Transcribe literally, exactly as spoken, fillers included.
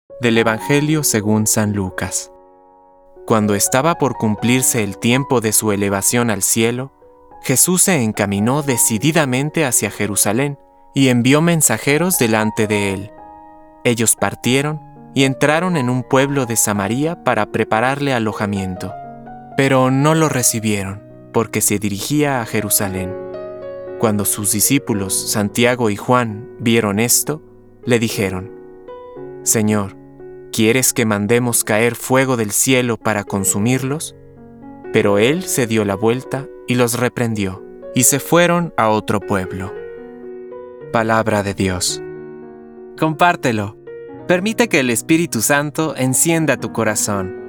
Del Evangelio según San Lucas. Cuando estaba por cumplirse el tiempo de su elevación al cielo, Jesús se encaminó decididamente hacia Jerusalén y envió mensajeros delante de él. Ellos partieron y entraron en un pueblo de Samaria para prepararle alojamiento, pero no lo recibieron, porque se dirigía a Jerusalén. Cuando sus discípulos Santiago y Juan vieron esto, le dijeron: «Señor, ¿quieres que mandemos caer fuego del cielo para consumirlos?». Pero él se dio la vuelta y los reprendió, y se fueron a otro pueblo. Palabra de Dios. Compártelo. Permite que el Espíritu Santo encienda tu corazón.